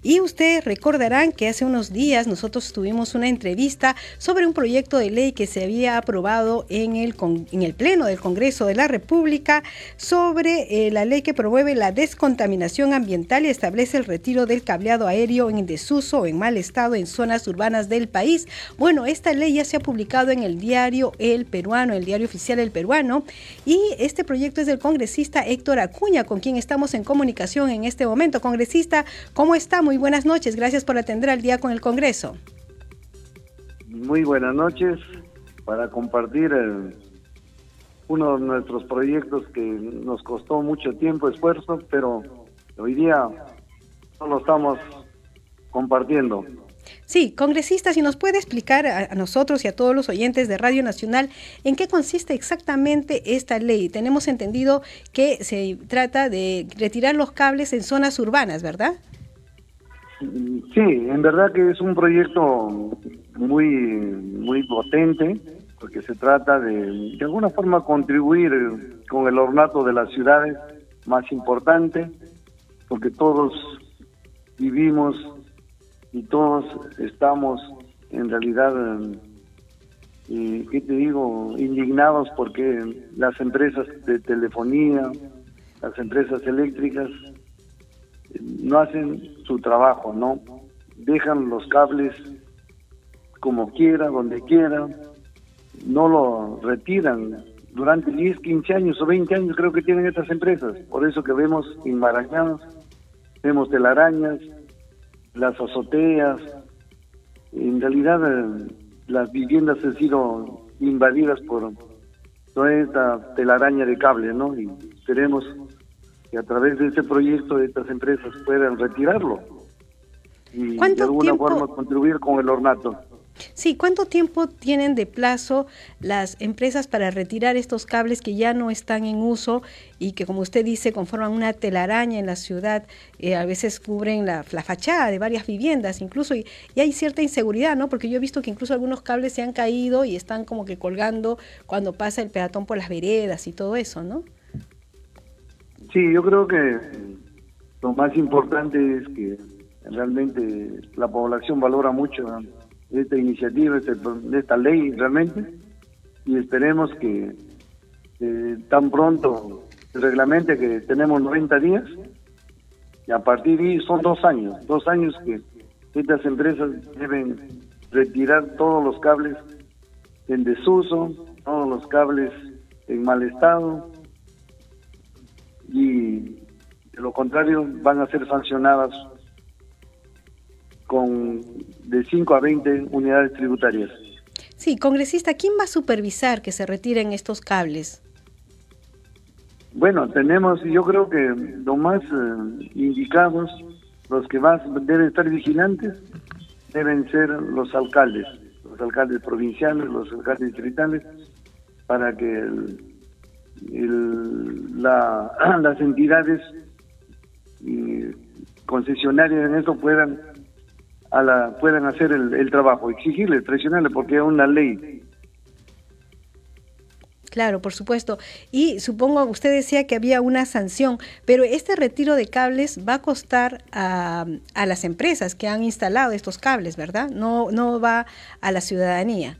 Y ustedes recordarán que hace unos días nosotros tuvimos una entrevista sobre un proyecto de ley que se había aprobado en el Pleno del Congreso de la República sobre la ley que promueve la descontaminación ambiental y establece el retiro del cableado aéreo en desuso o en mal estado en zonas urbanas del país. Bueno, esta ley ya se ha publicado en el diario El Peruano, el diario oficial El Peruano, y este proyecto es del congresista Héctor Acuña, con quien estamos en comunicación en este momento. Congresista, ¿cómo está? Muy buenas noches. Gracias por atender al día con el Congreso. Muy buenas noches, para compartir uno de nuestros proyectos que nos costó mucho tiempo, esfuerzo, pero hoy día no lo estamos compartiendo. Sí, congresista, si nos puede explicar a nosotros y a todos los oyentes de Radio Nacional en qué consiste exactamente esta ley. Tenemos entendido que se trata de retirar los cables en zonas urbanas, ¿verdad? Sí, en verdad que es un proyecto muy potente, porque se trata de alguna forma contribuir con el ornato de las ciudades más importante, porque todos vivimos y todos estamos en realidad, ¿qué te digo?, indignados porque las empresas de telefonía, las empresas eléctricas no hacen su trabajo, ¿no? Dejan los cables como quiera, donde quiera, no lo retiran. Durante 10, 15 años o 20 años creo que tienen estas empresas, por eso que vemos enmarañados, vemos telarañas, las azoteas. En realidad las viviendas han sido invadidas por toda esta telaraña de cable, ¿no? Y queremos que a través de este proyecto estas empresas puedan retirarlo y de alguna forma contribuir con el ornato. Sí, ¿cuánto tiempo tienen de plazo las empresas para retirar estos cables que ya no están en uso y que, como usted dice, conforman una telaraña en la ciudad? A veces cubren la fachada de varias viviendas incluso, y hay cierta inseguridad, ¿no? Porque yo he visto que incluso algunos cables se han caído y están como que colgando cuando pasa el peatón por las veredas y todo eso, ¿no? Sí, yo creo que lo más importante es que realmente la población valora mucho esta iniciativa, esta ley realmente, y esperemos que tan pronto se reglamente que tenemos 90 días, y a partir de ahí son 2 años que estas empresas deben retirar todos los cables en desuso, todos los cables en mal estado, y de lo contrario van a ser sancionadas con de 5 a 20 unidades tributarias. Sí, congresista, ¿quién va a supervisar que se retiren estos cables? Bueno, yo creo que lo más indicados, los que más deben estar vigilantes, deben ser los alcaldes provinciales, los alcaldes distritales, para que las entidades concesionarias en esto puedan hacer el trabajo, exigirle, presionarle, porque es una ley. Claro, por supuesto. Y supongo, usted decía que había una sanción, pero este retiro de cables va a costar a las empresas que han instalado estos cables, ¿verdad? No va a la ciudadanía.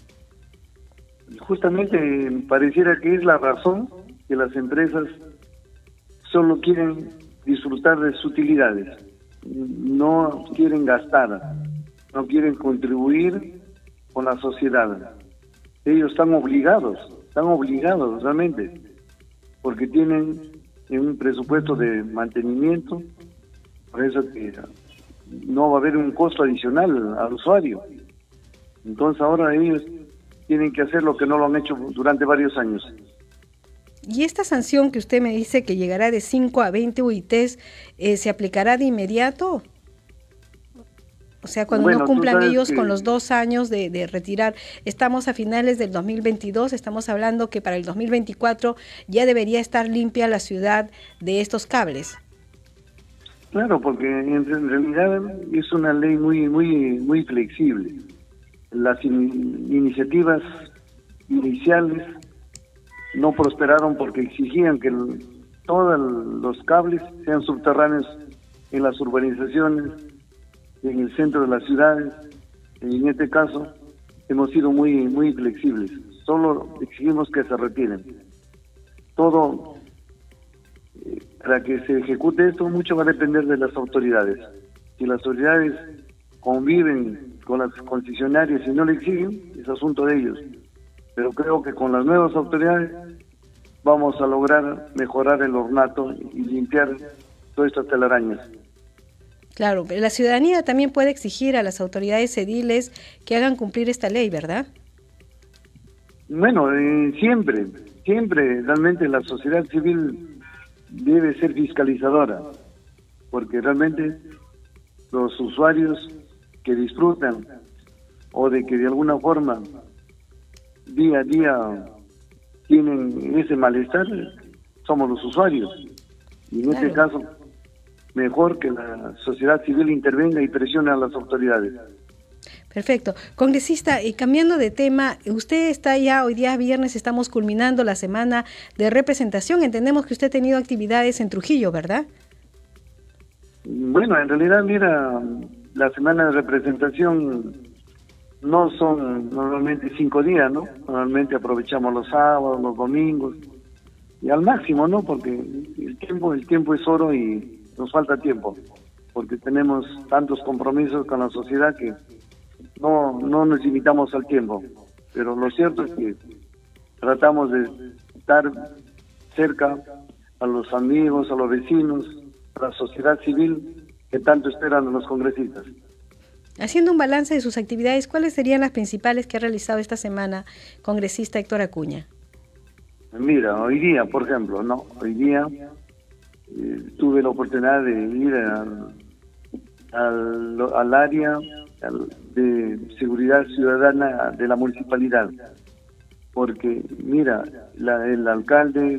Justamente pareciera que es la razón que las empresas solo quieren disfrutar de sus utilidades, no quieren gastar, no quieren contribuir con la sociedad. Ellos están obligados realmente, porque tienen un presupuesto de mantenimiento, por eso que no va a haber un costo adicional al usuario. Entonces ahora ellos tienen que hacer lo que no lo han hecho durante varios años. ¿Y esta sanción que usted me dice que llegará de 5 a 20 UITs, se aplicará de inmediato? O sea, cuando no cumplan ellos con los 2 años de retirar. Estamos a finales del 2022, estamos hablando que para el 2024 ya debería estar limpia la ciudad de estos cables. Claro, porque en realidad es una ley muy flexible. Las iniciativas iniciales no prosperaron porque exigían que todos los cables sean subterráneos en las urbanizaciones, en el centro de las ciudades. En este caso, hemos sido muy flexibles. Solo exigimos que se retiren. Todo, para que se ejecute esto, mucho va a depender de las autoridades. Si las autoridades conviven con las concesionarias y no le exigen, es asunto de ellos. Pero creo que con las nuevas autoridades vamos a lograr mejorar el ornato y limpiar todas estas telarañas. Claro, pero la ciudadanía también puede exigir a las autoridades ediles que hagan cumplir esta ley, ¿verdad? Bueno, siempre, realmente la sociedad civil debe ser fiscalizadora, porque realmente los usuarios que disfrutan o de que de alguna forma día a día tienen ese malestar, somos los usuarios. Y en este caso, mejor que la sociedad civil intervenga y presione a las autoridades. Perfecto. Congresista, y cambiando de tema, usted está ya, hoy día viernes, estamos culminando la semana de representación. Entendemos que usted ha tenido actividades en Trujillo, ¿verdad? Bueno, en realidad, mira, la semana de representación no son normalmente 5 días, ¿no? Normalmente aprovechamos los sábados, los domingos, y al máximo, ¿no? Porque el tiempo es oro y nos falta tiempo, porque tenemos tantos compromisos con la sociedad que no nos limitamos al tiempo. Pero lo cierto es que tratamos de estar cerca a los amigos, a los vecinos, a la sociedad civil que tanto esperan a los congresistas. Haciendo un balance de sus actividades, ¿cuáles serían las principales que ha realizado esta semana, congresista Héctor Acuña? Mira, hoy día, por ejemplo, hoy día tuve la oportunidad de ir al área de seguridad ciudadana de la municipalidad, porque mira, el alcalde,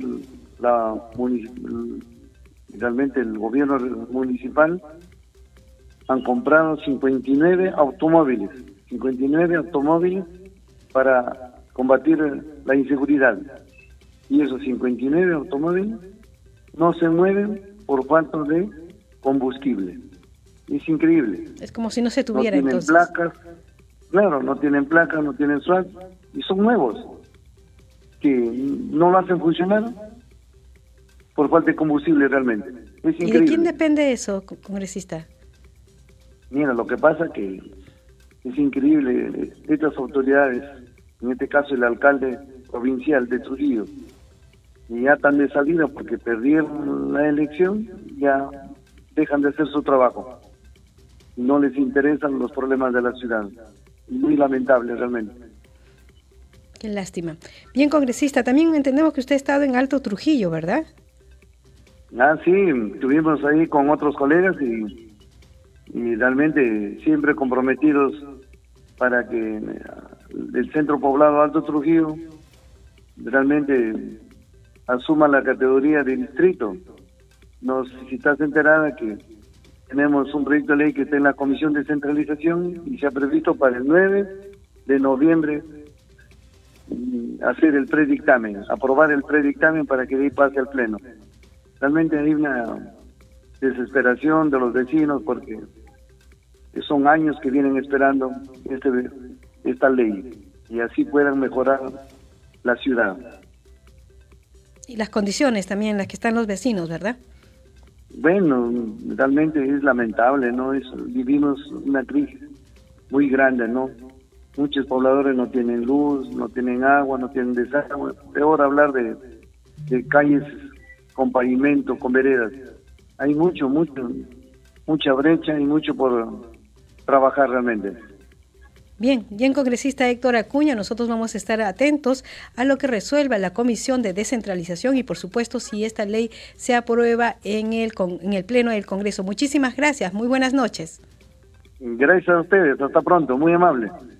realmente el gobierno municipal han comprado 59 automóviles para combatir la inseguridad. Y esos 59 automóviles no se mueven por falta de combustible. Es increíble. Es como si no se tuviera, entonces. No tienen placas, claro, no tienen placas, no tienen SWAT, y son nuevos, que no lo hacen funcionar por falta de combustible realmente. Es increíble. ¿Y de quién depende eso, congresista? Mira, lo que pasa que es increíble, estas autoridades, en este caso el alcalde provincial de Trujillo, y ya están de salida porque perdieron la elección, ya dejan de hacer su trabajo. No les interesan los problemas de la ciudad. Muy lamentable realmente. Qué lástima. Bien, congresista, también entendemos que usted ha estado en Alto Trujillo, ¿verdad? Sí, estuvimos ahí con otros colegas y realmente siempre comprometidos para que el centro poblado Alto Trujillo realmente asuma la categoría de distrito. Si estás enterada que tenemos un proyecto de ley que está en la Comisión de Centralización y se ha previsto para el 9 de noviembre hacer el predictamen, aprobar el predictamen para que de ahí pase al Pleno. Realmente hay una desesperación de los vecinos porque son años que vienen esperando esta ley y así puedan mejorar la ciudad. Y las condiciones también en las que están los vecinos, ¿verdad? Bueno, realmente es lamentable, ¿no? Vivimos una crisis muy grande, ¿no? Muchos pobladores no tienen luz, no tienen agua, no tienen desagüe. Peor hablar de calles con pavimento, con veredas. Hay mucha brecha y mucho por trabajar realmente. Bien, congresista Héctor Acuña, nosotros vamos a estar atentos a lo que resuelva la Comisión de Descentralización y, por supuesto, si esta ley se aprueba en el Pleno del Congreso. Muchísimas gracias, muy buenas noches. Gracias a ustedes, hasta pronto, muy amable.